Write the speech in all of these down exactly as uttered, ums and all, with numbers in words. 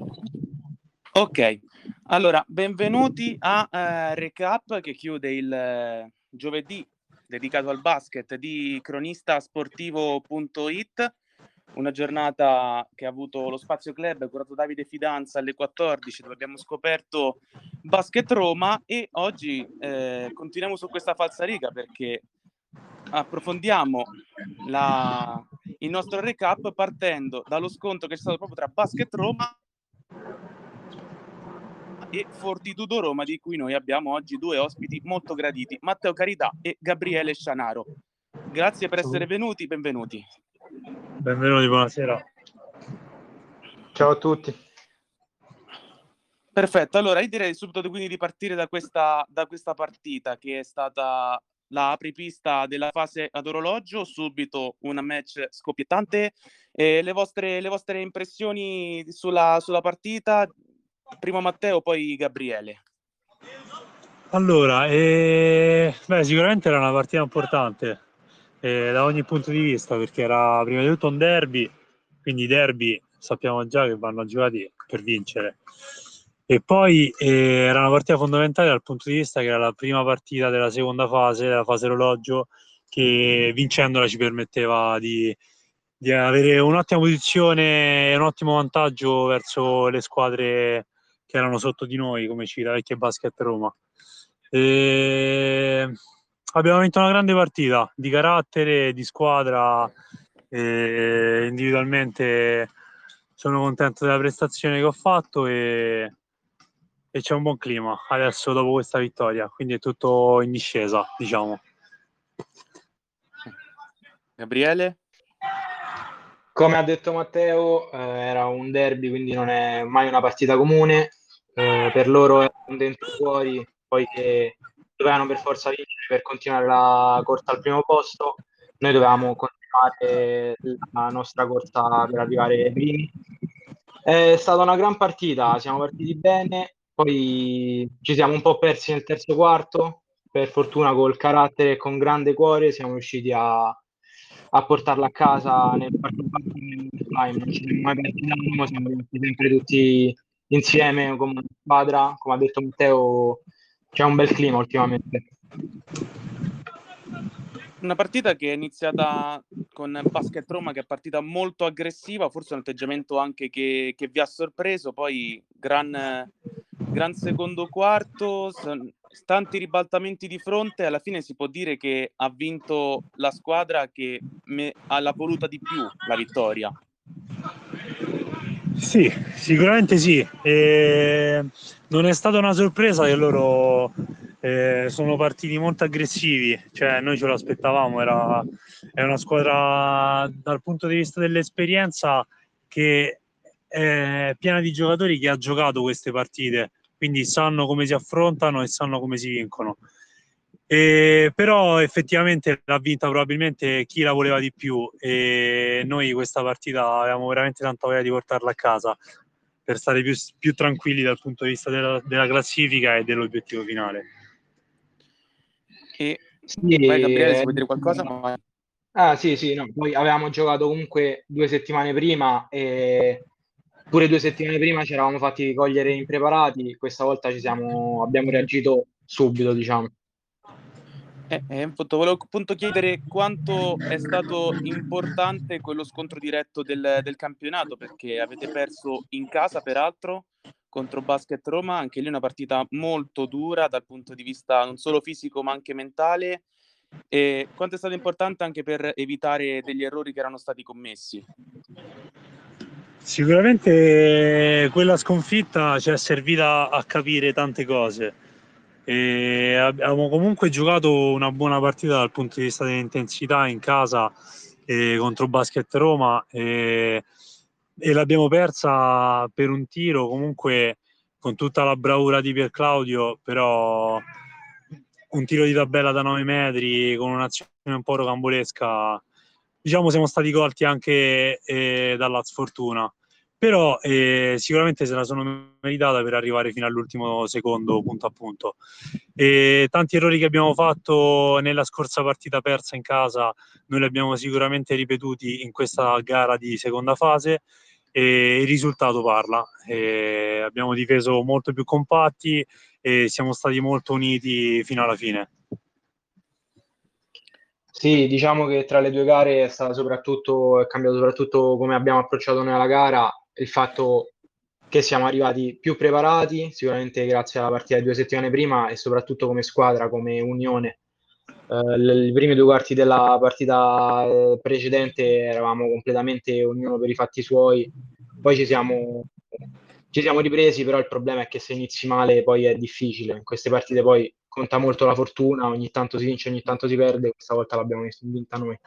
Ok, allora benvenuti a eh, Recap che chiude il eh, giovedì dedicato al basket di cronistasportivo punto it, una giornata che ha avuto lo Spazio Club curato Davide Fidanza alle quattordici, dove abbiamo scoperto Basket Roma, e oggi eh, continuiamo su questa falsariga perché approfondiamo la, il nostro recap partendo dallo scontro che c'è stato proprio tra Basket Roma e Fortitudo Roma, di cui noi abbiamo oggi due ospiti molto graditi, Matteo Carità e Gabriele Scianaro. Grazie per essere venuti, benvenuti. Benvenuti, buonasera. Ciao a tutti. Perfetto, allora io direi subito quindi di partire da questa, da questa partita che è stata la apripista della fase ad orologio, subito un match scoppiettante. Eh, le, vostre, le vostre impressioni sulla, sulla partita? Prima Matteo, poi Gabriele. Allora, eh, beh, sicuramente era una partita importante eh, da ogni punto di vista, perché era prima di tutto un derby, quindi i derby sappiamo già che vanno giocati per vincere. E poi eh, era una partita fondamentale dal punto di vista che era la prima partita della seconda fase, della fase orologio, che vincendola ci permetteva di, di avere un'ottima posizione e un ottimo vantaggio verso le squadre che erano sotto di noi, come Civitavecchia e Basket Roma. E abbiamo vinto una grande partita di carattere, di squadra, e individualmente sono contento della prestazione che ho fatto e, e c'è un buon clima adesso dopo questa vittoria, quindi è tutto in discesa, diciamo. Gabriele? Come ha detto Matteo, eh, era un derby, quindi non è mai una partita comune. Eh, per loro è un dentro fuori, poi che dovevano per forza vincere per continuare la corsa al primo posto. Noi dovevamo continuare la nostra corsa per arrivare ai primi. È stata una gran partita, siamo partiti bene, poi ci siamo un po' persi nel terzo quarto. Per fortuna col carattere e con grande cuore siamo riusciti a a portarla a casa nel quarto quarto nell'overtime. Non ci siamo mai persi d'animo, siamo rimasti sempre tutti insieme come una squadra. Come ha detto Matteo, c'è un bel clima ultimamente. Una partita che è iniziata con Basket Roma, che è partita molto aggressiva, forse un atteggiamento anche che, che vi ha sorpreso, poi gran, gran secondo quarto, son, tanti ribaltamenti di fronte, alla fine si può dire che ha vinto la squadra che me, ha la voluta di più la vittoria. Sì, sicuramente sì. E non è stata una sorpresa che loro eh, sono partiti molto aggressivi, cioè noi ce lo aspettavamo, era, è una squadra dal punto di vista dell'esperienza che è piena di giocatori che ha giocato queste partite, quindi sanno come si affrontano e sanno come si vincono. E però effettivamente l'ha vinta probabilmente chi la voleva di più e noi questa partita avevamo veramente tanta voglia di portarla a casa per stare più, più tranquilli dal punto di vista della, della classifica e dell'obiettivo finale. E Sì, vai Gabriele, se eh, vuoi dire qualcosa? Ma... Ah, sì, sì, no. Poi avevamo giocato comunque due settimane prima e pure due settimane prima ci eravamo fatti cogliere impreparati. Questa volta ci siamo, abbiamo reagito subito, diciamo. Eh, eh, appunto, volevo appunto chiedere quanto è stato importante quello scontro diretto del, del campionato, perché avete perso in casa, peraltro, contro Basket Roma, anche lì una partita molto dura dal punto di vista non solo fisico ma anche mentale. E quanto è stato importante anche per evitare degli errori che erano stati commessi? Sicuramente quella sconfitta ci è servita a capire tante cose. E abbiamo comunque giocato una buona partita dal punto di vista dell'intensità in casa eh, contro Basket Roma e, e l'abbiamo persa per un tiro comunque con tutta la bravura di Pier Claudio, però un tiro di tabella da nove metri con un'azione un po' rocambolesca, diciamo siamo stati colti anche eh, dalla sfortuna, però eh, sicuramente se la sono meritata per arrivare fino all'ultimo secondo punto a punto. E tanti errori che abbiamo fatto nella scorsa partita persa in casa noi li abbiamo sicuramente ripetuti in questa gara di seconda fase e il risultato parla. E abbiamo difeso molto più compatti e siamo stati molto uniti fino alla fine. Sì, diciamo che tra le due gare è stato soprattutto, è cambiato soprattutto come abbiamo approcciato nella gara, il fatto che siamo arrivati più preparati, sicuramente grazie alla partita di due settimane prima, e soprattutto come squadra, come unione. Eh, le- I primi due quarti della partita eh, precedente eravamo completamente ognuno per i fatti suoi, poi ci siamo, ci siamo ripresi, però il problema è che se inizi male poi è difficile. In queste partite poi conta molto la fortuna, ogni tanto si vince, ogni tanto si perde, questa volta l'abbiamo vinta noi.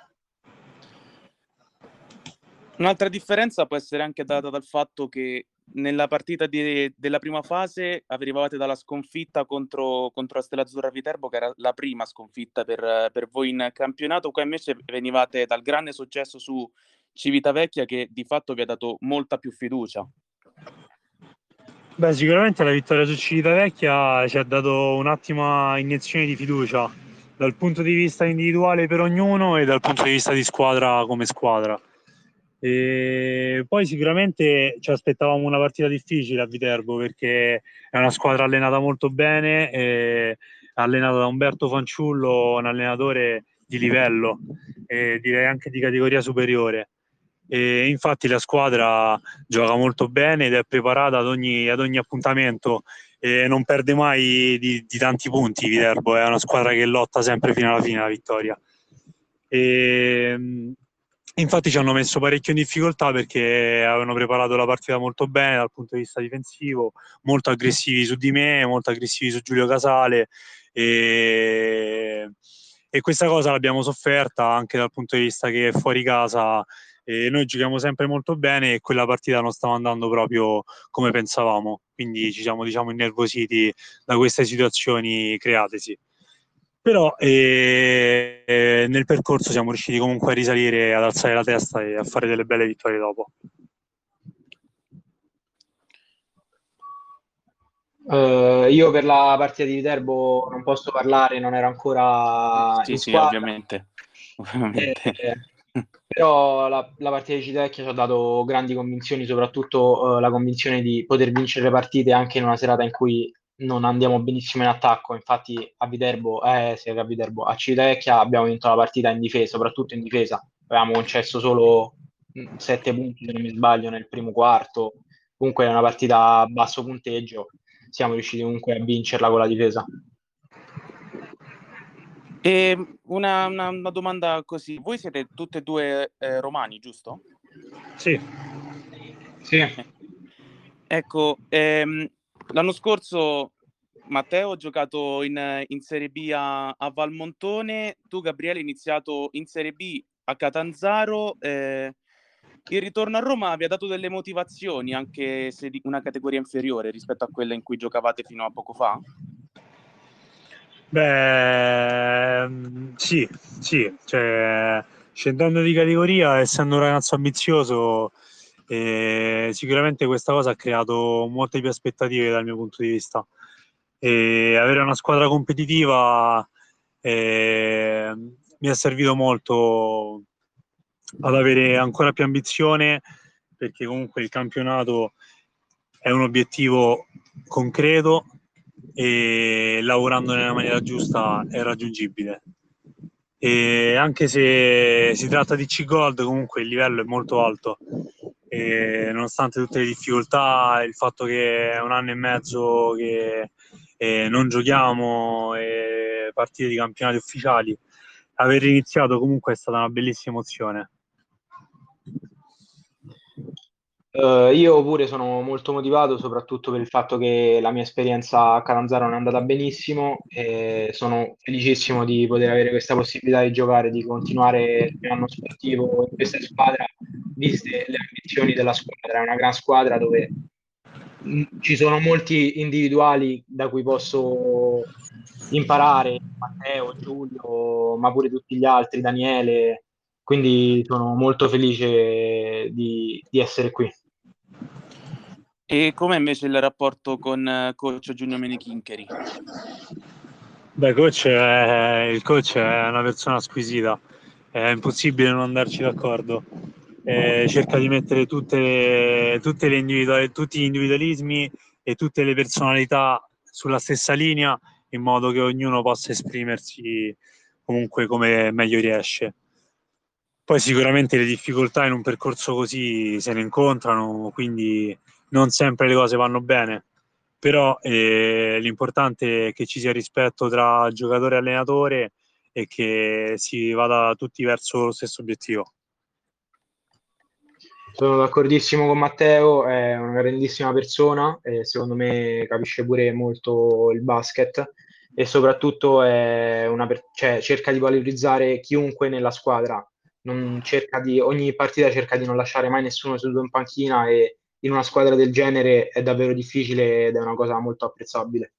Un'altra differenza può essere anche data dal fatto che nella partita di, della prima fase arrivavate dalla sconfitta contro, contro la Stella Azzurra Viterbo, che era la prima sconfitta per, per voi in campionato. Qua invece venivate dal grande successo su Civitavecchia, che di fatto vi ha dato molta più fiducia. Beh, sicuramente la vittoria su Civitavecchia ci ha dato un'ottima iniezione di fiducia dal punto di vista individuale per ognuno e dal punto di vista di squadra come squadra. E poi sicuramente ci aspettavamo una partita difficile a Viterbo, perché è una squadra allenata molto bene, e allenata da Umberto Fanciullo, un allenatore di livello e direi anche di categoria superiore. E infatti la squadra gioca molto bene ed è preparata ad ogni, ad ogni appuntamento e non perde mai di, di tanti punti. Viterbo è una squadra che lotta sempre fino alla fine la vittoria. E, infatti ci hanno messo parecchio in difficoltà perché avevano preparato la partita molto bene dal punto di vista difensivo, molto aggressivi su di me, molto aggressivi su Giulio Casale, e, e questa cosa l'abbiamo sofferta anche dal punto di vista che fuori casa e noi giochiamo sempre molto bene e quella partita non stava andando proprio come pensavamo, quindi ci siamo, diciamo, innervositi da queste situazioni createsi. Però eh, eh, nel percorso siamo riusciti comunque a risalire, ad alzare la testa e a fare delle belle vittorie dopo. Uh, io per la partita di Viterbo non posso parlare, non ero ancora Sì, in sì, squadra. ovviamente. ovviamente. Eh, però la, la partita di Civitavecchia ci ha dato grandi convinzioni, soprattutto uh, la convinzione di poter vincere le partite anche in una serata in cui non andiamo benissimo in attacco. Infatti a Viterbo, eh, sì, a Viterbo, a Civitavecchia abbiamo vinto la partita in difesa, soprattutto in difesa. Avevamo concesso solo sette punti, se non mi sbaglio, nel primo quarto. Comunque è una partita a basso punteggio, siamo riusciti comunque a vincerla con la difesa. E una, una, una domanda così, voi siete tutti e due eh, romani, giusto? Sì. Sì. Ecco, ehm, l'anno scorso Matteo ha giocato in, in Serie B a, a Valmontone, tu Gabriele hai iniziato in Serie B a Catanzaro, eh, il ritorno a Roma vi ha dato delle motivazioni, anche se di una categoria inferiore rispetto a quella in cui giocavate fino a poco fa? Beh, sì, sì, cioè, scendendo di categoria, essendo un ragazzo ambizioso, eh, sicuramente questa cosa ha creato molte più aspettative dal mio punto di vista. E avere una squadra competitiva eh, mi è servito molto ad avere ancora più ambizione, perché comunque il campionato è un obiettivo concreto e lavorando nella maniera giusta è raggiungibile. E anche se si tratta di C-Gold, comunque il livello è molto alto e nonostante tutte le difficoltà, il fatto che è un anno e mezzo che eh, non giochiamo eh, partite di campionati ufficiali, aver iniziato comunque è stata una bellissima emozione. Uh, io pure sono molto motivato, soprattutto per il fatto che la mia esperienza a Catanzaro non è andata benissimo e sono felicissimo di poter avere questa possibilità di giocare, di continuare il mio anno sportivo in questa squadra, viste le ambizioni della squadra. È una gran squadra dove mh, ci sono molti individuali da cui posso imparare, Matteo, Giulio, ma pure tutti gli altri, Daniele, quindi sono molto felice di, di essere qui. E com'è invece il rapporto con uh, coach Giugno Menichincheri? Beh, coach è, il coach è una persona squisita, è impossibile non andarci d'accordo. eh, cerca di mettere tutte, tutte le individuali, tutti gli individualismi e tutte le personalità sulla stessa linea, in modo che ognuno possa esprimersi comunque come meglio riesce. Poi sicuramente le difficoltà in un percorso così se ne incontrano, quindi non sempre le cose vanno bene, però eh, l'importante è che ci sia rispetto tra giocatore e allenatore e che si vada tutti verso lo stesso obiettivo. Sono d'accordissimo con Matteo, è una grandissima persona e secondo me capisce pure molto il basket e soprattutto è una per- cioè, cerca di valorizzare chiunque nella squadra. Non cerca di, ogni partita cerca di non lasciare mai nessuno seduto in panchina e in una squadra del genere è davvero difficile ed è una cosa molto apprezzabile.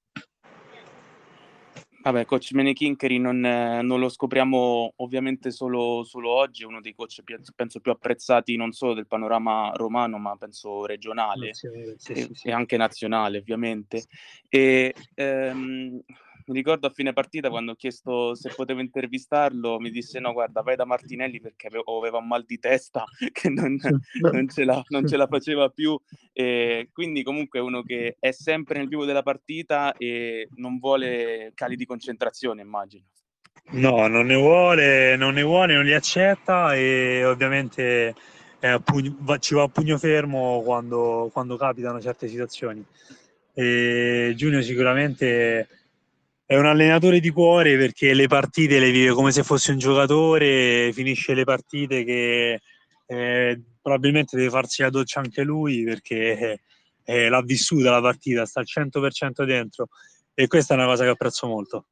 Vabbè, coach Menechingeri non, eh, non lo scopriamo ovviamente solo, solo oggi, è uno dei coach più- penso più apprezzati non solo del panorama romano, ma penso regionale Sì, sì, e, sì, sì. e anche nazionale, ovviamente. E ehm, mi ricordo a fine partita quando ho chiesto se potevo intervistarlo, mi disse no, guarda, vai da Martinelli perché avevo, aveva un mal di testa che non, non ce la, non ce la faceva più. E quindi comunque è uno che è sempre nel vivo della partita e non vuole cali di concentrazione, immagino. No, non ne vuole, non ne vuole, non li accetta e ovviamente è a pugno- va- ci va a pugno fermo quando, quando capitano certe situazioni. E Giulio sicuramente è un allenatore di cuore perché le partite le vive come se fosse un giocatore, finisce le partite che eh, probabilmente deve farsi la doccia anche lui perché eh, l'ha vissuta la partita, sta al cento per cento dentro e questa è una cosa che apprezzo molto.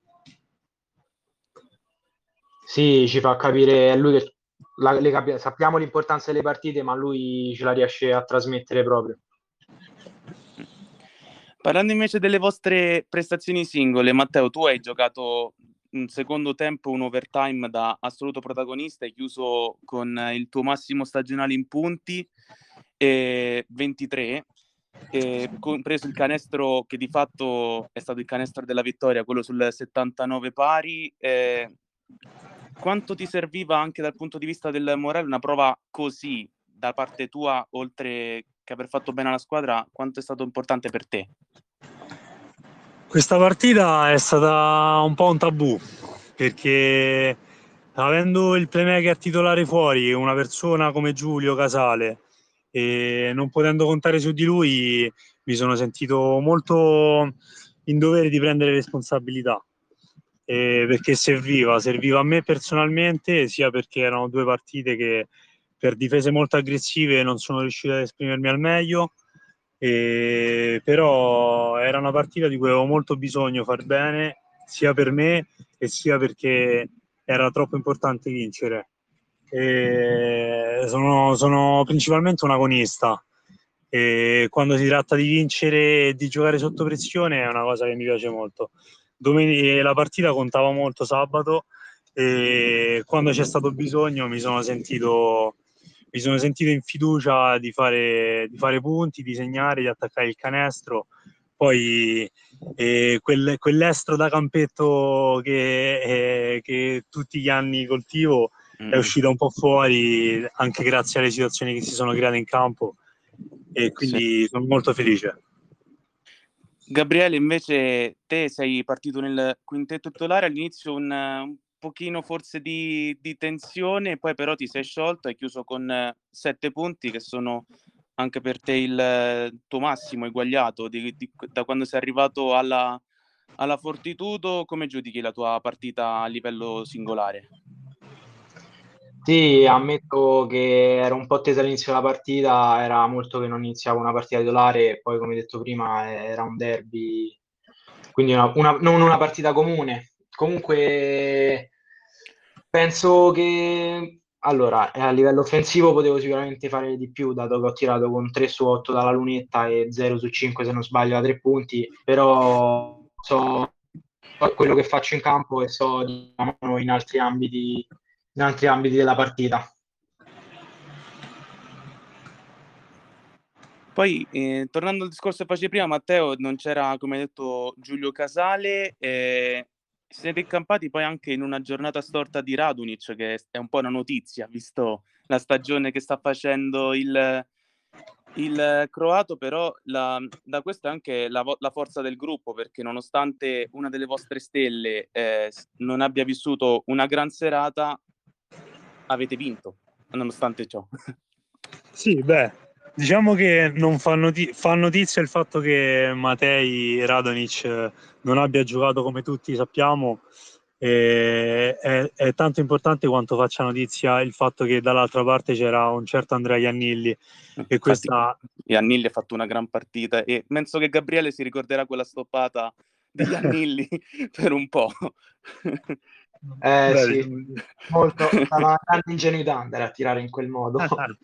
Sì, ci fa capire, è lui che la- le capi- sappiamo l'importanza delle partite, ma lui ce la riesce a trasmettere proprio. Parlando invece delle vostre prestazioni singole, Matteo, tu hai giocato un secondo tempo, un overtime da assoluto protagonista, hai chiuso con il tuo massimo stagionale in punti, eh, ventitré, e compreso il canestro che di fatto è stato il canestro della vittoria, quello sul settantanove pari. Eh, quanto ti serviva anche dal punto di vista del morale una prova così da parte tua, oltre che aver fatto bene alla squadra, quanto è stato importante per te? Questa partita è stata un po' un tabù perché avendo il playmaker titolare fuori, una persona come Giulio Casale e non potendo contare su di lui, mi sono sentito molto in dovere di prendere responsabilità. Eh, perché serviva, serviva a me personalmente, sia perché erano due partite che per difese molto aggressive non sono riuscito ad esprimermi al meglio, e, però era una partita di cui avevo molto bisogno far bene, sia per me e sia perché era troppo importante vincere. E sono, sono principalmente un agonista e quando si tratta di vincere e di giocare sotto pressione è una cosa che mi piace molto. Domen- la partita contava molto sabato e quando c'è stato bisogno mi sono sentito, mi sono sentito in fiducia di fare, di fare punti, di segnare, di attaccare il canestro. Poi eh, quel, quell'estro da campetto che, eh, che tutti gli anni coltivo è Mm, uscita un po' fuori anche grazie alle situazioni che si sono create in campo e sì. quindi sono molto felice. Gabriele, invece te sei partito nel quintetto titolare, all'inizio un, un pochino forse di, di tensione, poi però ti sei sciolto, hai chiuso con eh, sette punti che sono anche per te il eh, tuo massimo eguagliato di- di- da quando sei arrivato alla, alla Fortitudo. Come giudichi la tua partita a livello singolare? Sì, ammetto che ero un po' tesa all'inizio della partita, era molto che non iniziavo una partita titolare, poi come detto prima era un derby, quindi una- una- non una partita comune. Comunque penso che allora, a livello offensivo potevo sicuramente fare di più, dato che ho tirato con tre su otto dalla lunetta e zero su cinque se non sbaglio da tre punti, però so quello che faccio in campo e so diciamo, in altri ambiti, in altri ambiti della partita. Poi, eh, tornando al discorso che facevi prima, Matteo, non c'era, come hai detto, Giulio Casale, eh, si siete incampati poi anche in una giornata storta di Radunic, che è un po' una notizia, visto la stagione che sta facendo il, il croato, però la, da questo è anche la, la forza del gruppo, perché nonostante una delle vostre stelle eh, non abbia vissuto una gran serata, avete vinto, nonostante ciò. Sì, beh, diciamo che non fa, noti- fa notizia il fatto che Matej Radonic non abbia giocato come tutti sappiamo, e è, è tanto importante quanto faccia notizia il fatto che dall'altra parte c'era un certo Andrea Iannilli, e Infatti, questa... Iannilli ha fatto una gran partita e penso che Gabriele si ricorderà quella stoppata di Iannilli per un po'. Eh Beh, sì, diciamo- molto, stava una grande ingenuità andare a tirare in quel modo.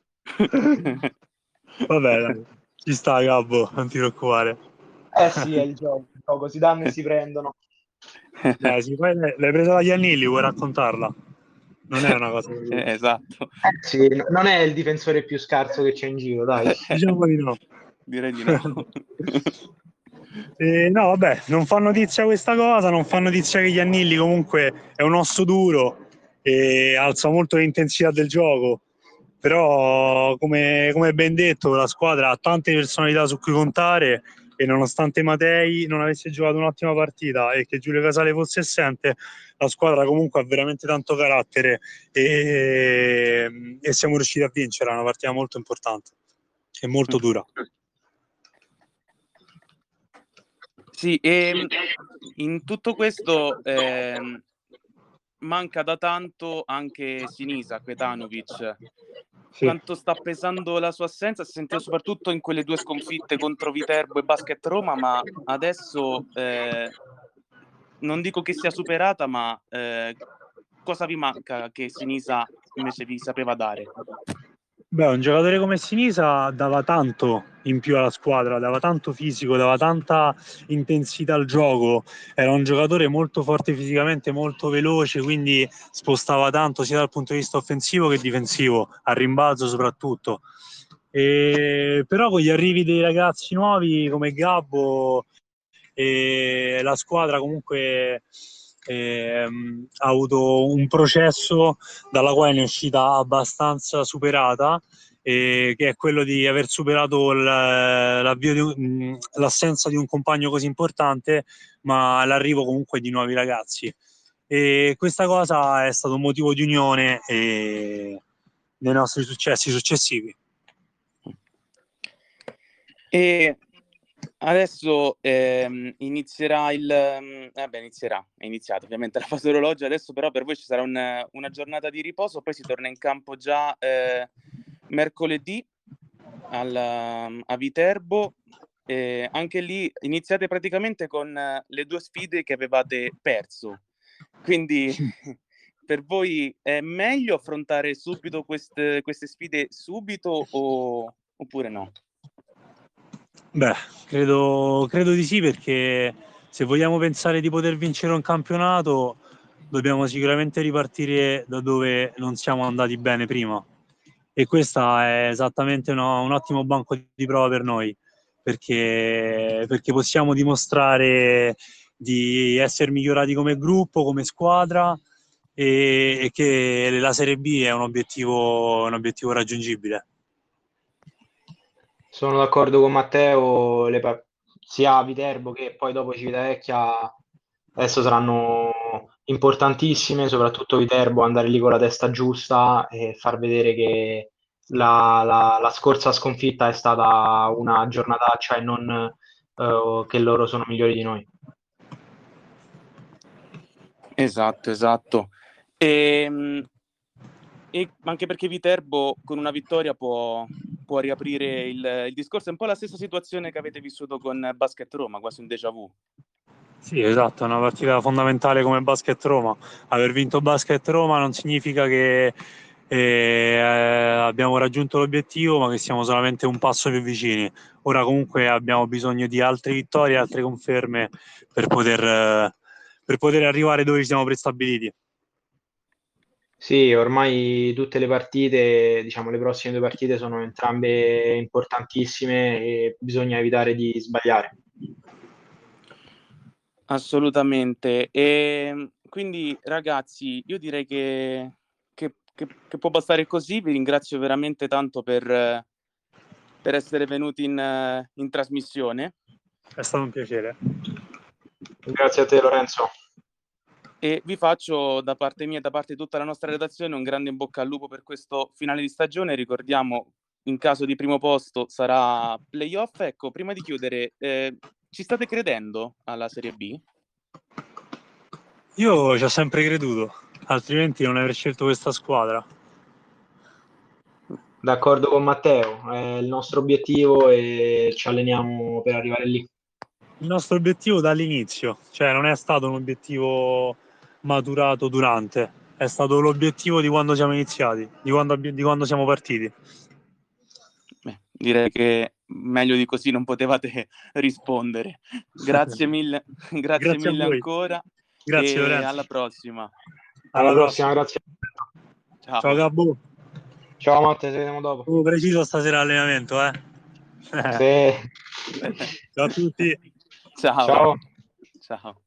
Vabbè, dai, ci sta Gabbo, non ti preoccupare. Eh sì, è il gioco, il gioco, si danno e si prendono. Eh, sì, poi l'hai presa dagli Iannilli, vuoi raccontarla? Non è una cosa così. Esatto. Eh sì, no- non è il difensore più scarso che c'è in giro, dai. Diciamo di no. Direi di no. Eh, no, vabbè, non fa notizia questa cosa, non fa notizia che Iannilli comunque è un osso duro e alza molto l'intensità del gioco, però come, come ben detto la squadra ha tante personalità su cui contare e nonostante Matej non avesse giocato un'ottima partita e che Giulio Casale fosse assente, la squadra comunque ha veramente tanto carattere e, e siamo riusciti a vincere, è una partita molto importante e molto dura. Sì, e in tutto questo eh, manca da tanto anche Sinisa, Kvetanovic. Sì. Quanto sta pesando la sua assenza? Si sentiva soprattutto in quelle due sconfitte contro Viterbo e Basket Roma, ma adesso eh, non dico che sia superata, ma eh, cosa vi manca che Sinisa invece vi sapeva dare? Beh, un giocatore come Sinisa dava tanto in più alla squadra, dava tanto fisico, dava tanta intensità al gioco, era un giocatore molto forte fisicamente, molto veloce, quindi spostava tanto sia dal punto di vista offensivo che difensivo, a rimbalzo soprattutto. E, però con gli arrivi dei ragazzi nuovi come Gabbo, e la squadra comunque ehm, ha avuto un processo dalla quale ne è uscita abbastanza superata, eh, che è quello di aver superato l'avvio di un, l'assenza di un compagno così importante, ma l'arrivo comunque di nuovi ragazzi. E questa cosa è stato un motivo di unione eh, nei nostri successi successivi. E adesso ehm, inizierà il... Eh beh, inizierà, è iniziata ovviamente la fase orologio, adesso però per voi ci sarà un, una giornata di riposo, poi si torna in campo già eh, mercoledì al, a Viterbo. Eh, anche lì iniziate praticamente con eh, le due sfide che avevate perso, quindi per voi è meglio affrontare subito queste, queste sfide subito o, oppure no? Beh, credo, credo di sì, perché se vogliamo pensare di poter vincere un campionato dobbiamo sicuramente ripartire da dove non siamo andati bene prima, e questa è esattamente uno, un ottimo banco di prova per noi, perché, perché possiamo dimostrare di essere migliorati come gruppo, come squadra, e, e che la Serie B è un obiettivo, un obiettivo raggiungibile. Sono d'accordo con Matteo, le pa- sia Viterbo che poi dopo Civitavecchia adesso saranno importantissime, soprattutto Viterbo, andare lì con la testa giusta e far vedere che la, la- la scorsa sconfitta è stata una giornataccia e non eh, che loro sono migliori di noi. Esatto, esatto. E, e anche perché Viterbo con una vittoria può, può riaprire il, il discorso. È un po' la stessa situazione che avete vissuto con Basket Roma, quasi un déjà vu. Sì, esatto, è una partita fondamentale come Basket Roma. Aver vinto Basket Roma non significa che eh, abbiamo raggiunto l'obiettivo, ma che siamo solamente un passo più vicini. Ora comunque abbiamo bisogno di altre vittorie, altre conferme per poter, eh, per poter arrivare dove ci siamo prestabiliti. Sì, ormai tutte le partite, diciamo le prossime due partite sono entrambe importantissime e bisogna evitare di sbagliare. Assolutamente. E quindi ragazzi, io direi che, che che, che può bastare così. Vi ringrazio veramente tanto per, per essere venuti in, in trasmissione. È stato un piacere. Grazie a te, Lorenzo. E vi faccio da parte mia e da parte di tutta la nostra redazione un grande in bocca al lupo per questo finale di stagione. Ricordiamo, in caso di primo posto sarà playoff. Ecco, prima di chiudere, eh, ci state credendo alla Serie B? Io ci ho sempre creduto, altrimenti non avrei scelto questa squadra. D'accordo con Matteo, è il nostro obiettivo e ci alleniamo per arrivare lì. Il nostro obiettivo dall'inizio, cioè non è stato un obiettivo maturato durante, è stato l'obiettivo di quando siamo iniziati, di quando, abbi- di quando siamo partiti. Beh, direi che meglio di così non potevate rispondere. Grazie mille, grazie, Grazie a mille voi. ancora. Grazie, E Lorenzo. alla prossima. Alla, Alla prossima, prossima. grazie. Ciao. Ciao Gabbo. Ciao Matte, ci vediamo dopo. Oh, preciso stasera allenamento, eh? Sì. Ciao a tutti. Ciao. Ciao. Ciao.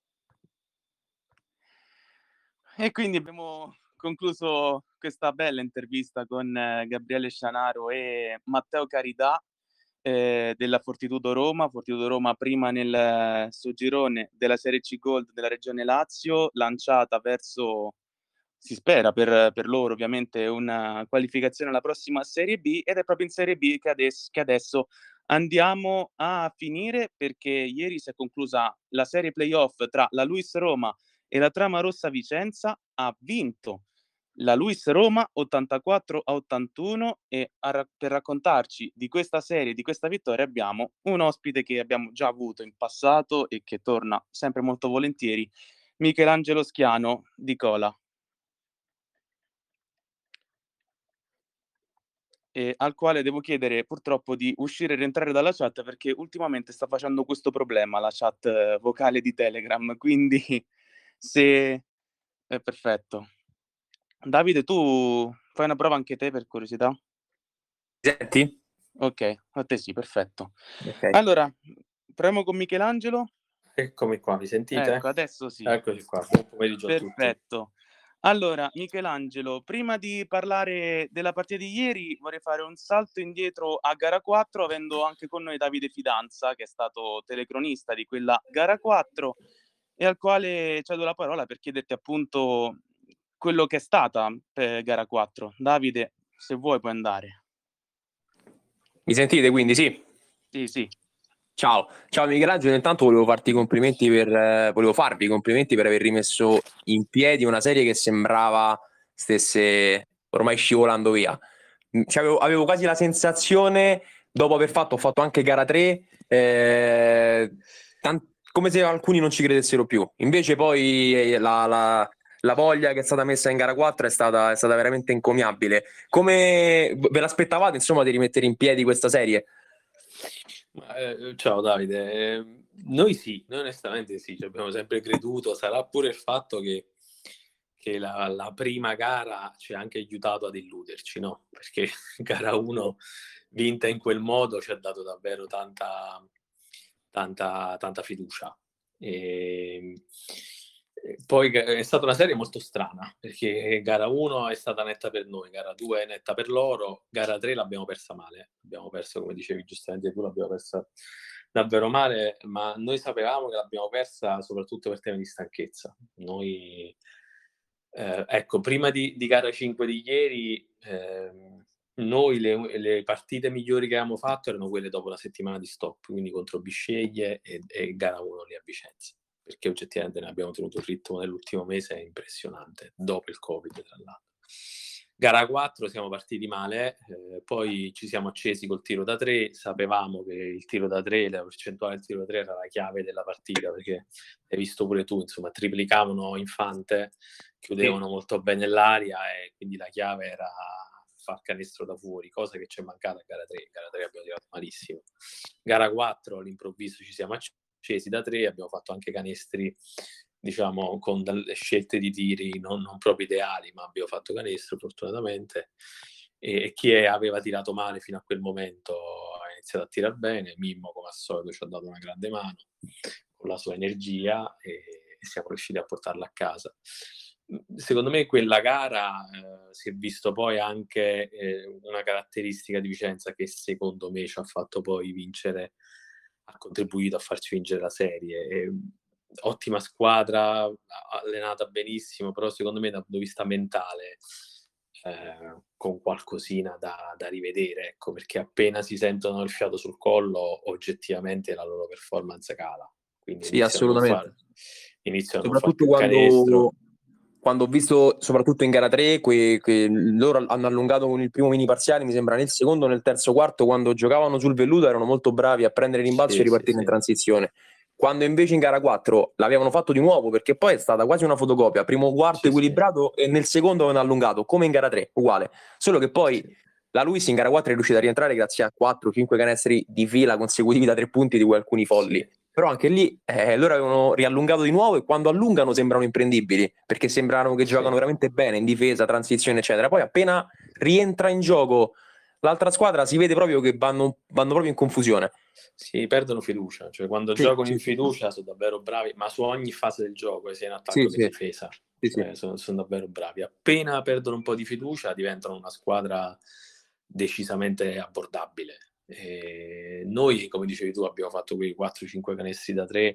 E quindi abbiamo concluso questa bella intervista con eh, Gabriele Scianaro e Matteo Carità eh, della Fortitudo Roma. Fortitudo Roma prima nel eh, suo girone della Serie C Gold della Regione Lazio, lanciata verso, si spera per, per loro ovviamente, una qualificazione alla prossima Serie B, ed è proprio in Serie B che adesso, che adesso andiamo a finire, perché ieri si è conclusa la serie playoff tra la Luis Roma e la Trama Rossa Vicenza. Ha vinto la Luis Roma ottantaquattro a ottantuno, e a ra- per raccontarci di questa serie, di questa vittoria, abbiamo un ospite che abbiamo già avuto in passato e che torna sempre molto volentieri, Michelangelo Schiano di Cola. E al quale devo chiedere purtroppo di uscire e rientrare dalla chat, perché ultimamente sta facendo questo problema la chat eh, vocale di Telegram, quindi se è perfetto. Davide, tu fai una prova anche te, per curiosità? Senti? Ok, a te sì, perfetto. Ok. Allora, proviamo con Michelangelo. Eccomi qua, mi sentite? Ecco, adesso sì. Eccoci qua, buon pomeriggio a tutti. Perfetto. Allora, Michelangelo, prima di parlare della partita di ieri, vorrei fare un salto indietro a gara quattro, avendo anche con noi Davide Fidanza, che è stato telecronista di quella gara quattro, e al quale cedo la parola per chiederti appunto quello che è stata per gara quattro. Davide, se vuoi puoi andare. Mi sentite quindi? Sì. Sì, sì. Ciao, ciao Michelangelo, intanto volevo farti i complimenti per eh, volevo farvi i complimenti per aver rimesso in piedi una serie che sembrava stesse ormai scivolando via. Mm, cioè, avevo, avevo quasi la sensazione, dopo aver fatto, ho fatto anche gara tre, eh, tan- come se alcuni non ci credessero più. Invece poi eh, la, la- la voglia che è stata messa in gara quattro è stata, è stata veramente encomiabile. Come ve l'aspettavate, insomma, di rimettere in piedi questa serie? Eh, ciao Davide, eh, noi sì, noi onestamente sì, ci abbiamo sempre creduto. Sarà pure il fatto che, che la, la prima gara ci ha anche aiutato ad illuderci, no? Perché gara uno vinta in quel modo ci ha dato davvero tanta, tanta, tanta fiducia. E, e poi è stata una serie molto strana, perché gara uno è stata netta per noi, gara due è netta per loro, gara tre l'abbiamo persa male, abbiamo perso, come dicevi giustamente tu, l'abbiamo persa davvero male, ma noi sapevamo che l'abbiamo persa soprattutto per temi di stanchezza. Noi, eh, ecco, prima di, di gara cinque di ieri, eh, noi le, le partite migliori che avevamo fatto erano quelle dopo la settimana di stop, quindi contro Bisceglie e, e gara uno lì a Vicenza, perché oggettivamente ne abbiamo tenuto un ritmo nell'ultimo mese impressionante, dopo il Covid tra l'altro. Gara quattro siamo partiti male, eh, poi ci siamo accesi col tiro da tre, sapevamo che il tiro da tre, la percentuale del tiro da tre era la chiave della partita, perché hai visto pure tu, insomma, triplicavano Infante, chiudevano sì. molto bene l'aria, e quindi la chiave era far canestro da fuori, cosa che ci è mancata a gara tre. Gara tre abbiamo tirato malissimo. Gara quattro all'improvviso ci siamo accesi da tre, abbiamo fatto anche canestri, diciamo, con delle scelte di tiri non, non proprio ideali, ma abbiamo fatto canestro fortunatamente, e, e chi è, aveva tirato male fino a quel momento ha iniziato a tirare bene. Mimmo, come al solito, ci ha dato una grande mano con la sua energia e, e siamo riusciti a portarla a casa. secondo me quella gara eh, si è visto poi anche eh, una caratteristica di Vicenza che secondo me ci ha fatto poi vincere, ha contribuito a farci vincere la serie. E, ottima squadra, allenata benissimo, però secondo me dal punto di vista mentale eh, con qualcosina da, da rivedere, ecco, perché appena si sentono il fiato sul collo oggettivamente la loro performance cala, quindi Sì, iniziano a non assolutamente. fare, iniziano a non fare Soprattutto più canestro. quando, quando ho visto, soprattutto in gara tre, que, que loro hanno allungato con il primo mini parziale, mi sembra nel secondo o nel terzo quarto, quando giocavano sul velluto erano molto bravi a prendere rimbalzo Sì, e ripartire sì, in sì. transizione. Quando invece in gara quattro l'avevano fatto di nuovo, perché poi è stata quasi una fotocopia, primo quarto Sì, equilibrato e nel secondo avevano allungato, come in gara tre, uguale. Solo che poi sì. la Luis in gara quattro è riuscita a rientrare grazie a quattro cinque canestri di fila consecutivi da tre punti, di cui alcuni folli. Sì. Però anche lì eh, loro avevano riallungato di nuovo, e quando allungano sembrano imprendibili, perché sembrano che giocano Sì. veramente bene in difesa, transizione eccetera. Poi appena rientra in gioco l'altra squadra si vede proprio che vanno, vanno proprio in confusione. Sì, perdono fiducia, cioè quando Sì, giocano sì, in sì. fiducia sono davvero bravi, ma su ogni fase del gioco, sia in Sì, attacco che in sì. difesa, Sì, cioè, sì. sono, sono davvero bravi. Appena perdono un po' di fiducia diventano una squadra decisamente abbordabile. E noi, come dicevi tu, abbiamo fatto quei quattro cinque canestri da tre,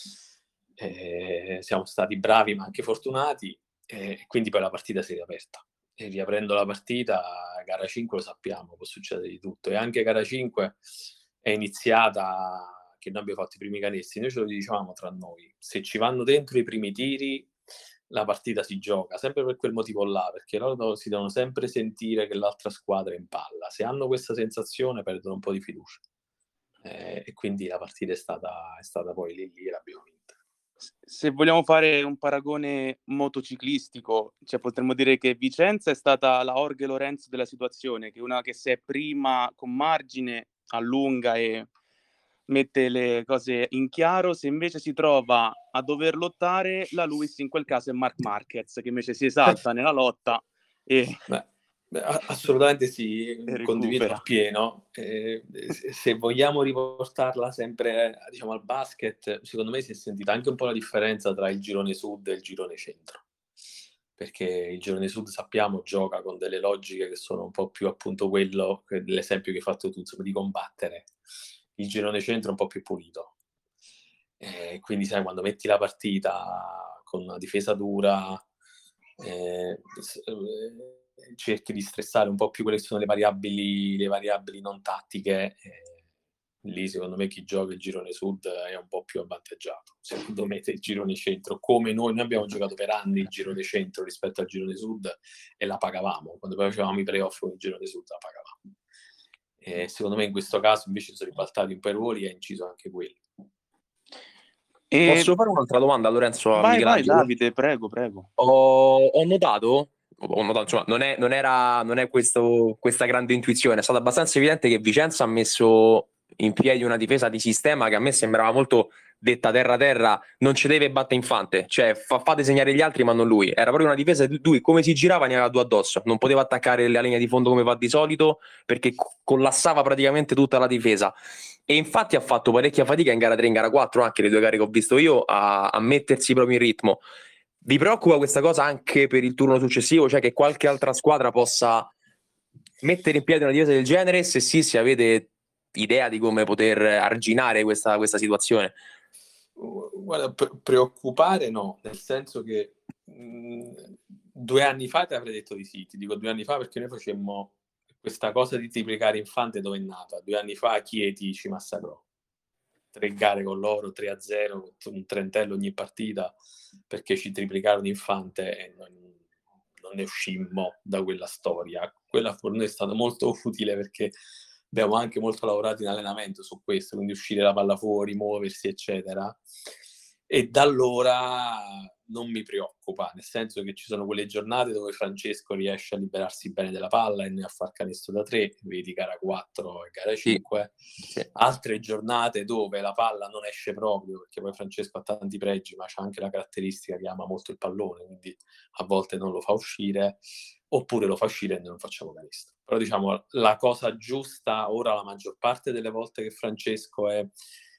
eh, siamo stati bravi ma anche fortunati, e quindi poi la partita si è riaperta. E riaprendo la partita, gara cinque lo sappiamo, può succedere di tutto. E anche gara cinque è iniziata che noi abbiamo fatto i primi canestri, noi ce lo dicevamo tra noi, se ci vanno dentro i primi tiri la partita si gioca, sempre per quel motivo là, perché loro si devono sempre sentire che l'altra squadra è in palla. Se hanno questa sensazione perdono un po' di fiducia. Eh, e quindi la partita è stata, è stata poi lì lì e l'abbiamo vinta. Se vogliamo fare un paragone motociclistico, cioè potremmo dire che Vicenza è stata la Jorge Lorenzo della situazione, che è una che si è prima con margine, allunga e mette le cose in chiaro. Se invece si trova a dover lottare, la Lewis in quel caso è Marc Marquez, che invece si esalta nella lotta e, Beh, beh, assolutamente sì, e condivido recupera. appieno. Eh, se, se vogliamo riportarla sempre, diciamo, al basket, secondo me si è sentita anche un po' la differenza tra il girone sud e il girone centro, perché il girone sud sappiamo gioca con delle logiche che sono un po' più appunto quello, l'esempio che hai fatto tu, insomma, di combattere. Il girone centro è un po' più pulito. Eh, quindi sai, quando metti la partita con una difesa dura, eh, cerchi di stressare un po' più quelle che sono le variabili, le variabili non tattiche, eh, lì secondo me chi gioca il girone sud è un po' più avvantaggiato. Secondo me il girone centro, come noi, noi abbiamo giocato per anni il girone centro rispetto al girone sud e la pagavamo, quando poi facevamo i playoff con il girone sud la pagavamo. E secondo me in questo caso invece sono ribaltati un po' i ruoli e ha inciso anche quello. E... Posso fare un'altra domanda, Lorenzo, a vai, vai Michelangelo? Davide, prego, prego. Ho, ho notato, ho notato insomma, non è, non era, non è questo, questa grande intuizione, è stato abbastanza evidente che Vicenza ha messo in piedi una difesa di sistema che a me sembrava molto detta terra-terra, non ci deve battere Infante, cioè fa, fate segnare gli altri ma non lui. Era proprio una difesa di lui, come si girava ne aveva due addosso, non poteva attaccare la linea di fondo come fa di solito perché collassava praticamente tutta la difesa. E infatti ha fatto parecchia fatica in gara tre, in gara quattro, anche le due gare che ho visto io, a, a mettersi proprio in ritmo. Vi preoccupa questa cosa anche per il turno successivo, cioè che qualche altra squadra possa mettere in piedi una difesa del genere? Se sì, se avete idea di come poter arginare questa, questa situazione? Guarda, pre- preoccupare no, nel senso che mh, due anni fa ti avrei detto di sì, ti dico due anni fa perché noi facemmo questa cosa di triplicare Infante. Dove è nata? Due anni fa Chieti ci massacrò. Tre gare con loro, tre a zero, un trentello ogni partita, perché ci triplicarono Infante e non, non ne uscimmo da quella storia. Quella per noi è stata molto utile perché abbiamo anche molto lavorato in allenamento su questo, quindi uscire la palla fuori, muoversi, eccetera. E da allora non mi preoccupa, nel senso che ci sono quelle giornate dove Francesco riesce a liberarsi bene della palla e a far canestro da tre, vedi gara quattro e gara cinque, sì, sì. Altre giornate dove la palla non esce proprio, perché poi Francesco ha tanti pregi, ma c'ha anche la caratteristica che ama molto il pallone, quindi a volte non lo fa uscire, oppure lo fa uscire e noi non facciamo canestro. Però diciamo, la cosa giusta ora, la maggior parte delle volte che Francesco è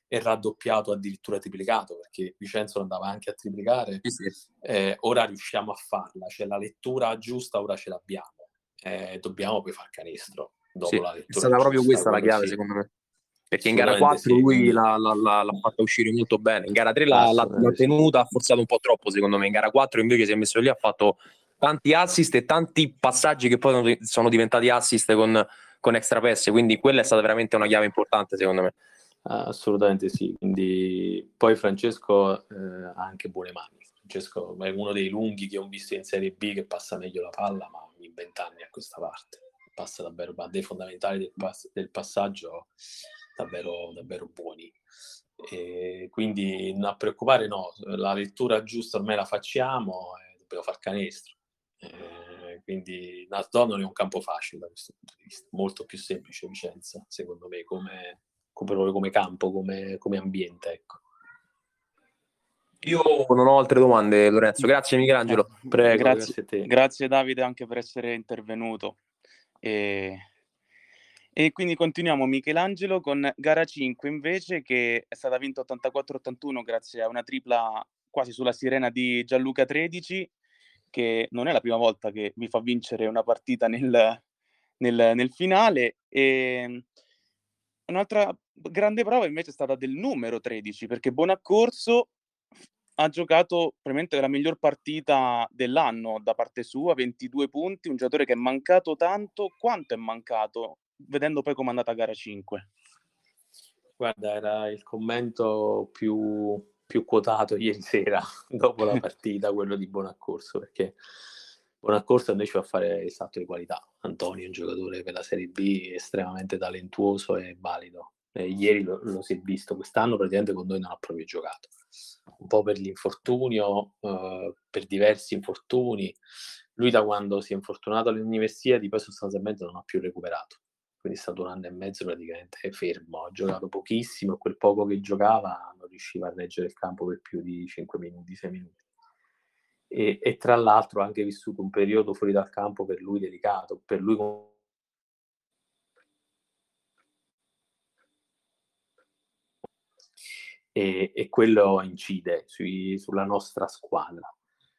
e raddoppiato, addirittura triplicato, perché Vincenzo andava anche a triplicare. Sì, sì. Eh, ora riusciamo a farla, cioè la lettura giusta ora ce l'abbiamo, eh, dobbiamo poi far canestro dopo Sì, la è lettura stata proprio giusta, questa la quello chiave sì. secondo me, perché in gara Assolutamente quattro sì, lui quindi l'ha, l'ha- l'ha- l'ha fatta uscire molto bene, in gara tre l'ha, l'ha- l'ha assolutamente sì. tenuta, ha forzato un po' troppo secondo me, in gara quattro invece si è messo lì, ha fatto tanti assist e tanti passaggi che poi sono- sono diventati assist con, con extra pass, quindi quella è stata veramente una chiave importante secondo me. Assolutamente sì, quindi poi Francesco eh, ha anche buone mani. Francesco è uno dei lunghi che ho visto in Serie B che passa meglio la palla, ma in vent'anni a questa parte passa davvero, ha dei fondamentali del, pass- del passaggio davvero, davvero buoni. E quindi non a preoccupare, no, la lettura giusta ormai la facciamo e dobbiamo far canestro. Eh, quindi Nasdor non è un campo facile da questo punto di vista, molto più semplice Vicenza, secondo me, come come, come campo, come, come ambiente, ecco. Io non ho altre domande, Lorenzo. Grazie Michelangelo. Eh, Prego, grazie, grazie a te. grazie Davide anche per essere intervenuto. E, e quindi continuiamo Michelangelo con gara cinque invece, che è stata vinta ottantaquattro ottantuno grazie a una tripla quasi sulla sirena di Gianluca tredici, che non è la prima volta che vi fa vincere una partita nel, nel, nel finale. E un'altra grande prova invece è stata del numero tredici, perché Bonaccorso ha giocato probabilmente la miglior partita dell'anno da parte sua, ventidue punti, un giocatore che è mancato tanto. Quanto è mancato, vedendo poi com'è andata gara cinque? Guarda, era il commento più, più quotato ieri sera dopo la partita, quello di Bonaccorso, perché Bonaccorso invece va a fare il salto di qualità. Antonio è un giocatore per la Serie B estremamente talentuoso e valido. E ieri lo, lo si è visto, quest'anno praticamente con noi non ha proprio giocato. Un po' per l'infortunio, eh, per diversi infortuni. Lui da quando si è infortunato all'università poi sostanzialmente non ha più recuperato. Quindi è stato un anno e mezzo praticamente fermo, ha giocato pochissimo e quel poco che giocava non riusciva a reggere il campo per più di cinque minuti, sei minuti. E, e tra l'altro ha anche vissuto un periodo fuori dal campo per lui delicato, per lui e, e quello incide sui, sulla nostra squadra.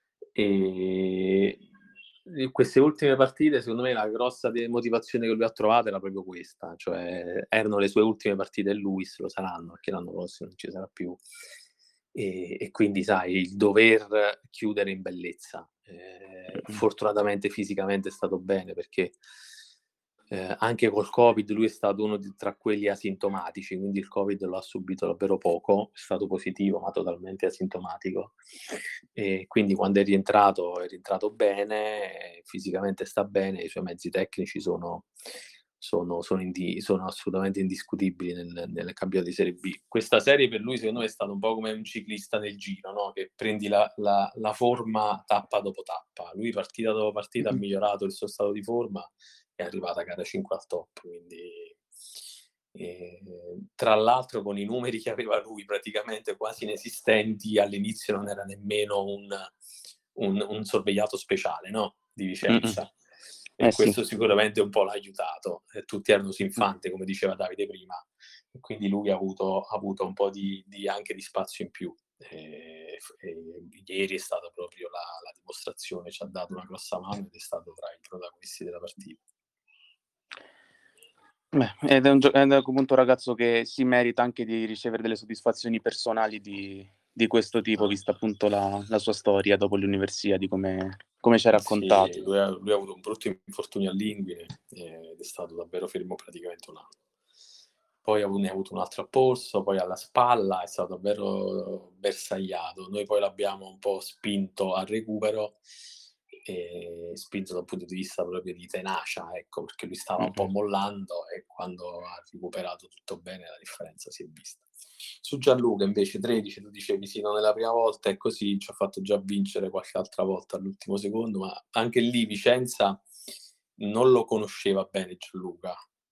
E queste ultime partite, secondo me, la grossa motivazione che lui ha trovato era proprio questa, cioè erano le sue ultime partite e Luis lo saranno, perché l'anno prossimo non ci sarà più. E, e quindi, sai, il dover chiudere in bellezza. Eh, fortunatamente fisicamente è stato bene, perché eh, anche col Covid lui è stato uno di, tra quelli asintomatici, quindi il Covid lo ha subito davvero poco, è stato positivo ma totalmente asintomatico, e quindi quando è rientrato è rientrato bene, fisicamente sta bene, i suoi mezzi tecnici sono, sono, sono, indi, sono assolutamente indiscutibili nel, nel campionato di Serie B. Questa serie per lui secondo me è stato un po' come un ciclista nel giro, no? Che prendi la, la, la forma tappa dopo tappa, lui partita dopo partita ha migliorato il suo stato di forma, è arrivata a gara cinque al top, quindi eh, tra l'altro con i numeri che aveva lui praticamente quasi inesistenti, all'inizio non era nemmeno un, un, un sorvegliato speciale, no? Di Vicenza. Mm-mm. E eh questo sì. sicuramente un po' l'ha aiutato, e tutti erano su Infante, come diceva Davide prima, e quindi lui ha avuto, ha avuto un po' di, di anche di spazio in più. E, e ieri è stata proprio la, la dimostrazione, ci ha dato una grossa mano ed è stato tra i protagonisti della partita. Beh, ed è, un, ed è appunto un ragazzo che si merita anche di ricevere delle soddisfazioni personali di, di questo tipo, ah. vista appunto la, la sua storia dopo l'università, di come, come ci ha raccontato. Sì, lui, ha, lui ha avuto un brutto infortunio all'inguine ed è stato davvero fermo praticamente un anno. Poi ne ha avuto un altro a polso, poi alla spalla, è stato davvero bersagliato. Noi poi l'abbiamo un po' spinto al recupero, e spinto dal punto di vista proprio di tenacia, ecco, perché lui stava un po' mollando e quando ha recuperato tutto bene la differenza si è vista. Su Gianluca invece tredici, tu dicevi sì, non è la prima volta, è così, ci ha fatto già vincere qualche altra volta all'ultimo secondo, ma anche lì Vicenza non lo conosceva bene Gianluca.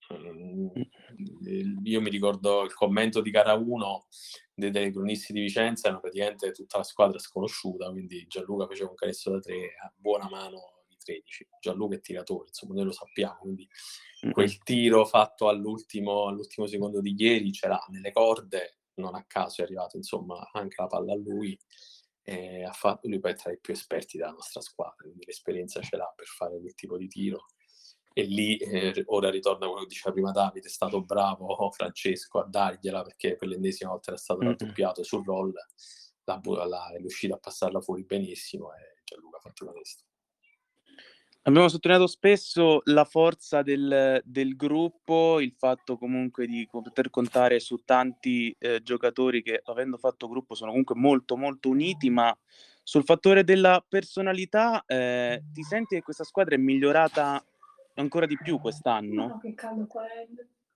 Io mi ricordo il commento di gara uno dei telecronisti di Vicenza, erano praticamente tutta la squadra sconosciuta, quindi Gianluca faceva un canestro da tre a buona mano di tredici. Gianluca è tiratore, insomma, noi lo sappiamo, quindi quel tiro fatto all'ultimo, all'ultimo secondo di ieri ce l'ha nelle corde, non a caso è arrivato insomma anche la palla a lui, e ha fatto, lui poi è tra i più esperti della nostra squadra, quindi l'esperienza ce l'ha per fare quel tipo di tiro. E lì eh, ora ritorna quello che diceva prima Davide, è stato bravo Francesco a dargliela, perché per l'ennesima volta era stato Mm-mm. raddoppiato sul roll, la, la, è riuscito a passarla fuori benissimo e Gianluca ha fatto questo. Abbiamo sottolineato spesso la forza del, del gruppo, il fatto comunque di poter contare su tanti eh, giocatori che, avendo fatto gruppo, sono comunque molto molto uniti, ma sul fattore della personalità eh, ti senti che questa squadra è migliorata ancora di più quest'anno? No, che caldo qua è.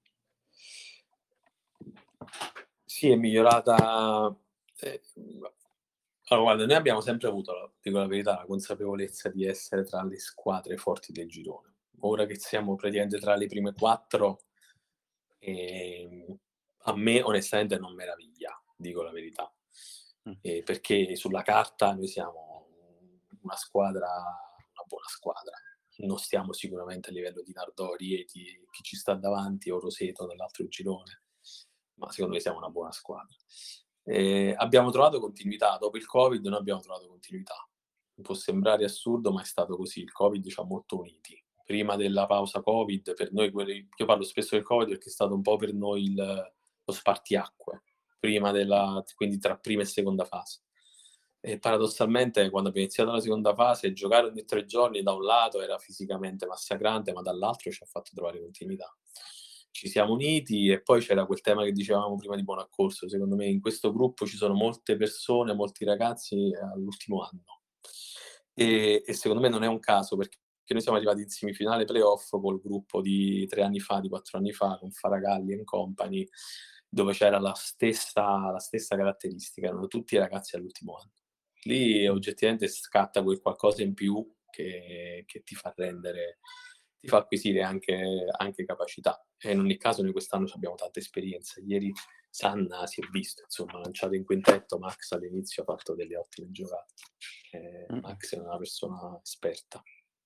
Sì, è migliorata. Eh, allora, guarda, noi abbiamo sempre avuto, dico la verità, la consapevolezza di essere tra le squadre forti del girone. Ora che siamo praticamente tra le prime quattro, eh, a me onestamente non meraviglia, dico la verità, eh, perché sulla carta noi siamo una squadra, una buona squadra. Non stiamo sicuramente a livello di Nardò, Rieti, chi ci sta davanti, o Roseto nell'altro girone, ma secondo me siamo una buona squadra. Eh, abbiamo trovato continuità, dopo il Covid noi abbiamo trovato continuità. Può sembrare assurdo, ma è stato così. Il Covid ci ha molto uniti. Prima della pausa Covid, per noi, quelli, io parlo spesso del Covid perché è stato un po' per noi il, lo spartiacque, prima della, quindi tra prima e seconda fase. E paradossalmente, quando abbiamo iniziato la seconda fase, giocare ogni tre giorni da un lato era fisicamente massacrante, ma dall'altro ci ha fatto trovare continuità. Ci siamo uniti e poi c'era quel tema che dicevamo prima di buon accorso. Secondo me in questo gruppo ci sono molte persone, molti ragazzi all'ultimo anno e, e secondo me non è un caso, perché noi siamo arrivati in semifinale playoff col gruppo di tre anni fa, di quattro anni fa, con Faragalli e compagni, dove c'era la stessa, la stessa caratteristica, erano tutti ragazzi all'ultimo anno. Lì oggettivamente scatta quel qualcosa in più che, che ti fa rendere, ti fa acquisire anche, anche capacità. E in ogni caso noi quest'anno abbiamo tanta esperienza. Ieri Sanna si è visto, insomma, lanciato in quintetto, Max all'inizio ha fatto delle ottime giocate. Eh, Max è una persona esperta.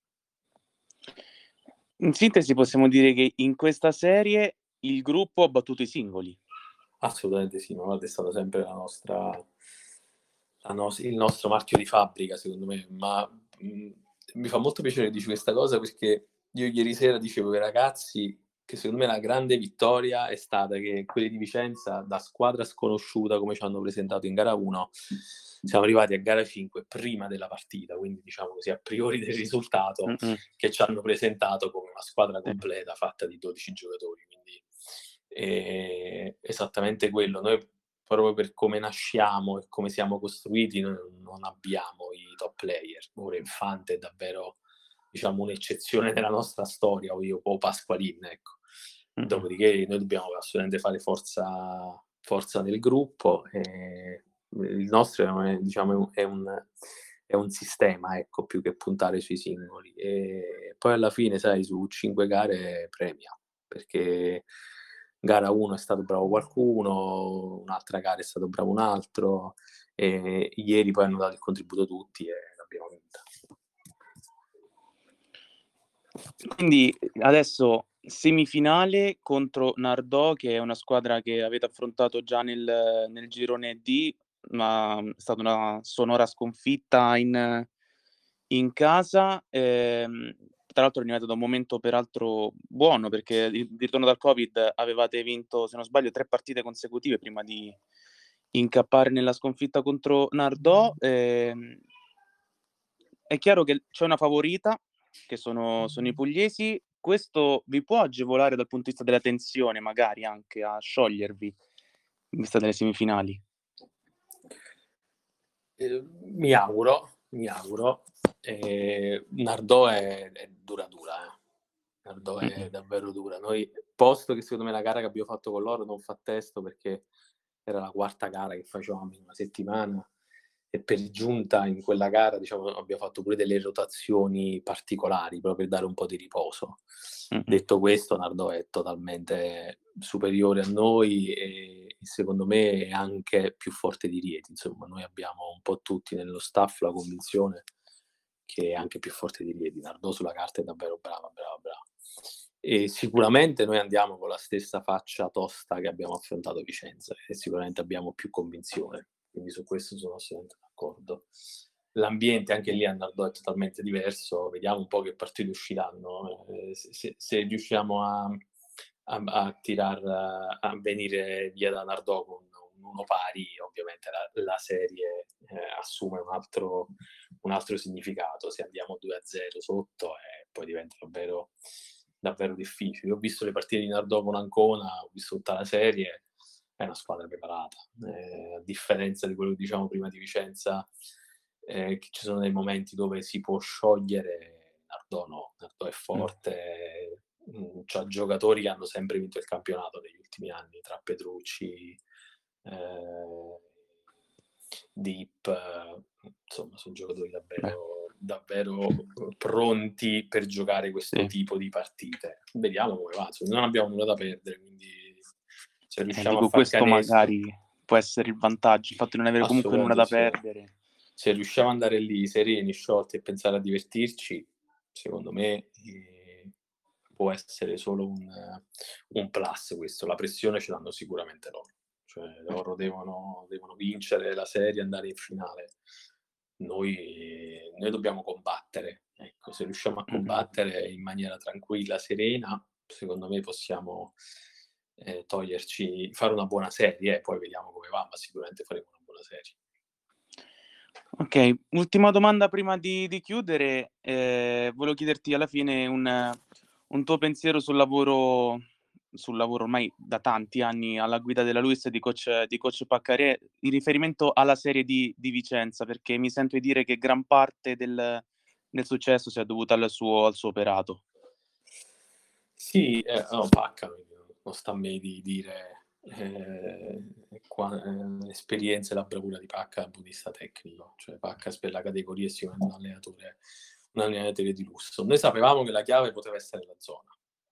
In sintesi possiamo dire che in questa serie il gruppo ha battuto i singoli. Assolutamente sì, ma è stato sempre la nostra, la no- il nostro marchio di fabbrica, secondo me. Ma mh, mi fa molto piacere che dici questa cosa, perché io ieri sera dicevo ai ragazzi che secondo me la grande vittoria è stata che quelli di Vicenza, da squadra sconosciuta come ci hanno presentato in gara uno, siamo arrivati a gara cinque prima della partita, quindi diciamo così a priori del risultato, Mm-mm. che ci hanno presentato come una squadra completa fatta di dodici giocatori, quindi è esattamente quello. Noi proprio per come nasciamo e come siamo costruiti noi non abbiamo i top player. Ora Infante è davvero, diciamo, un'eccezione nella nostra storia, o io o Pasqualin, ecco. Mm-hmm. Dopodiché noi dobbiamo assolutamente fare forza, forza nel gruppo, e il nostro è, diciamo, è un, è un sistema, ecco, più che puntare sui singoli. E poi alla fine, sai, su cinque gare premia, perché gara uno è stato bravo qualcuno, un'altra gara è stato bravo un altro, e ieri poi hanno dato il contributo tutti e l'abbiamo vinta. Quindi adesso semifinale contro Nardò, che è una squadra che avete affrontato già nel, nel girone D, ma è stata una sonora sconfitta in, in casa. Ehm, tra l'altro è arrivato da un momento peraltro buono, perché di ritorno dal Covid avevate vinto, se non sbaglio, tre partite consecutive prima di incappare nella sconfitta contro Nardò. Ehm, è chiaro che c'è una favorita, che sono, sono i pugliesi. Questo vi può agevolare dal punto di vista della tensione, magari anche a sciogliervi in vista delle semifinali? Eh, mi auguro, mi auguro. Eh, Nardò è, è dura dura, eh. Nardò è mm-hmm. davvero dura. Noi, posto che secondo me la gara che abbiamo fatto con loro non fa testo, perché era la quarta gara che facevamo in una settimana, e per giunta in quella gara, diciamo, abbiamo fatto pure delle rotazioni particolari proprio per dare un po' di riposo. Mm-hmm. Detto questo, Nardò è totalmente superiore a noi e secondo me è anche più forte di Rieti. Insomma, noi abbiamo un po' tutti nello staff la convinzione che è anche più forte di Rieti. Nardò sulla carta è davvero brava, brava, brava. e sicuramente noi andiamo con la stessa faccia tosta che abbiamo affrontato Vicenza e sicuramente abbiamo più convinzione, quindi su questo sono assolutamente d'accordo. L'ambiente anche lì a Nardò è totalmente diverso, vediamo un po' che partite usciranno, eh, se, se, se riusciamo a, a, a tirar a venire via da Nardò con un uno pari, ovviamente la, la serie eh, assume un altro, un altro significato, se andiamo due a zero sotto e poi diventa davvero, davvero difficile. Io ho visto le partite di Nardò con Ancona, ho visto tutta la serie, è una squadra preparata, eh, a differenza di quello che diciamo prima di Vicenza, eh, che ci sono dei momenti dove si può sciogliere, Nardò no, Nardò è forte, mm. c'ha giocatori che hanno sempre vinto il campionato negli ultimi anni, tra Petrucci, eh, Deep, eh, insomma sono giocatori davvero, davvero pronti per giocare questo Sì. tipo di partite. Vediamo come va, insomma, non abbiamo nulla da perdere, quindi se Eh, riusciamo dico, a far questo canestro, magari può essere il vantaggio, il fatto di non avere comunque nulla da assolutamente sì. perdere. Se riusciamo ad andare lì sereni, sciolti e pensare a divertirci, secondo me eh, può essere solo un, un plus questo. La pressione ce l'hanno sicuramente loro, cioè loro devono, devono vincere la serie, andare in finale. Noi, noi dobbiamo combattere, ecco, se riusciamo a combattere in maniera tranquilla, serena, secondo me possiamo eh, toglierci, fare una buona serie, eh, poi vediamo come va, ma sicuramente faremo una buona serie. Ok, ultima domanda prima di, di chiudere. Eh, volevo chiederti alla fine un, un tuo pensiero sul lavoro, sul lavoro ormai da tanti anni alla guida della Luis di coach, di coach Paccaré, in riferimento alla serie di, di Vicenza, perché mi sento di dire che gran parte del, del successo sia dovuta al suo, al suo operato. Sì, eh, no, Pacca non sta a me di dire eh, qua, eh, l'esperienza e la bravura di Pacca dal punto di vista tecnico, cioè Pacca per la categoria è sicuramente un allenatore, un allenatore di lusso. Noi sapevamo che la chiave poteva essere la zona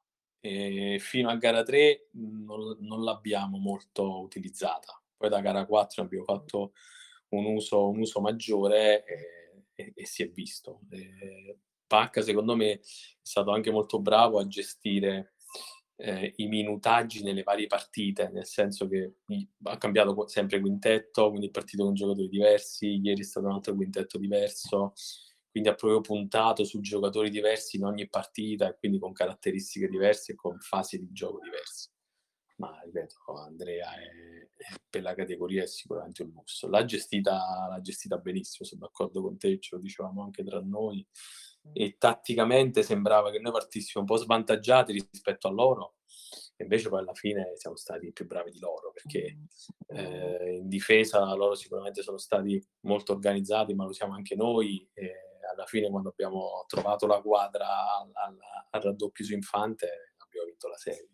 e fino a gara tre non, non l'abbiamo molto utilizzata, poi da gara quattro abbiamo fatto un uso, un uso maggiore e, e, e si è visto. E Pacca secondo me è stato anche molto bravo a gestire eh, i minutaggi nelle varie partite, nel senso che ha cambiato sempre quintetto, quindi è partito con giocatori diversi, ieri è stato un altro quintetto diverso, quindi ha proprio puntato su giocatori diversi in ogni partita e quindi con caratteristiche diverse e con fasi di gioco diverse. Ma ripeto, Andrea è, è, per la categoria è sicuramente un lusso. L'ha gestita, l'ha gestita benissimo, sono d'accordo con te, ce lo dicevamo anche tra noi, e tatticamente sembrava che noi partissimo un po' svantaggiati rispetto a loro, e invece poi alla fine siamo stati più bravi di loro, perché eh, in difesa loro sicuramente sono stati molto organizzati, ma lo siamo anche noi, e alla fine quando abbiamo trovato la quadra al, al, al raddoppio su Infante abbiamo vinto la serie.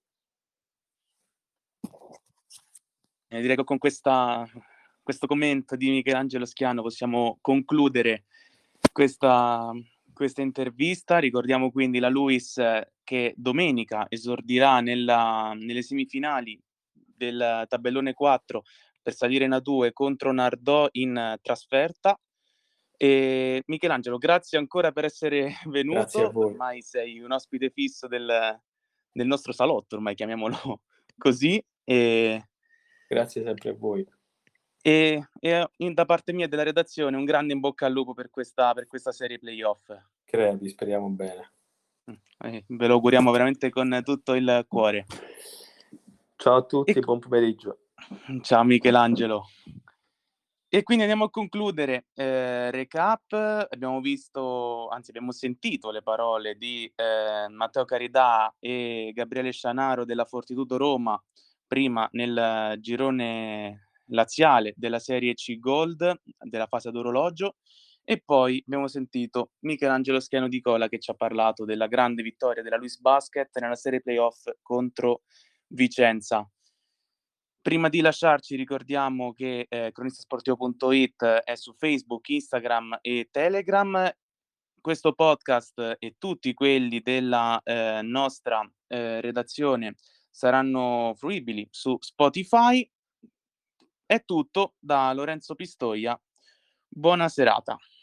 Eh, direi che con questa, questo commento di Michelangelo Schiano possiamo concludere questa, questa intervista. Ricordiamo quindi la Luis che domenica esordirà nella, nelle semifinali del tabellone quattro per salire in A due contro Nardò in trasferta. E Michelangelo, grazie ancora per essere venuto. Grazie a voi. Ormai sei un ospite fisso del, del nostro salotto, ormai chiamiamolo così. E grazie sempre a voi. E, e da parte mia e della redazione un grande in bocca al lupo per questa, per questa serie playoff. Crepi, speriamo bene. Eh, ve lo auguriamo veramente con tutto il cuore. Ciao a tutti, e, buon pomeriggio. Ciao Michelangelo. E quindi andiamo a concludere. Eh, recap, abbiamo visto, anzi abbiamo sentito le parole di eh, Matteo Caridà e Gabriele Scianaro della Fortitudo Roma, prima nel girone laziale della Serie C Gold, della fase ad orologio, e poi abbiamo sentito Michelangelo Schiano di Cola che ci ha parlato della grande vittoria della Luis Basket nella serie playoff contro Vicenza. Prima di lasciarci ricordiamo che eh, cronistasportivo punto it è su Facebook, Instagram e Telegram. Questo podcast e tutti quelli della eh, nostra eh, redazione saranno fruibili su Spotify. È tutto da Lorenzo Pistoia. Buona serata.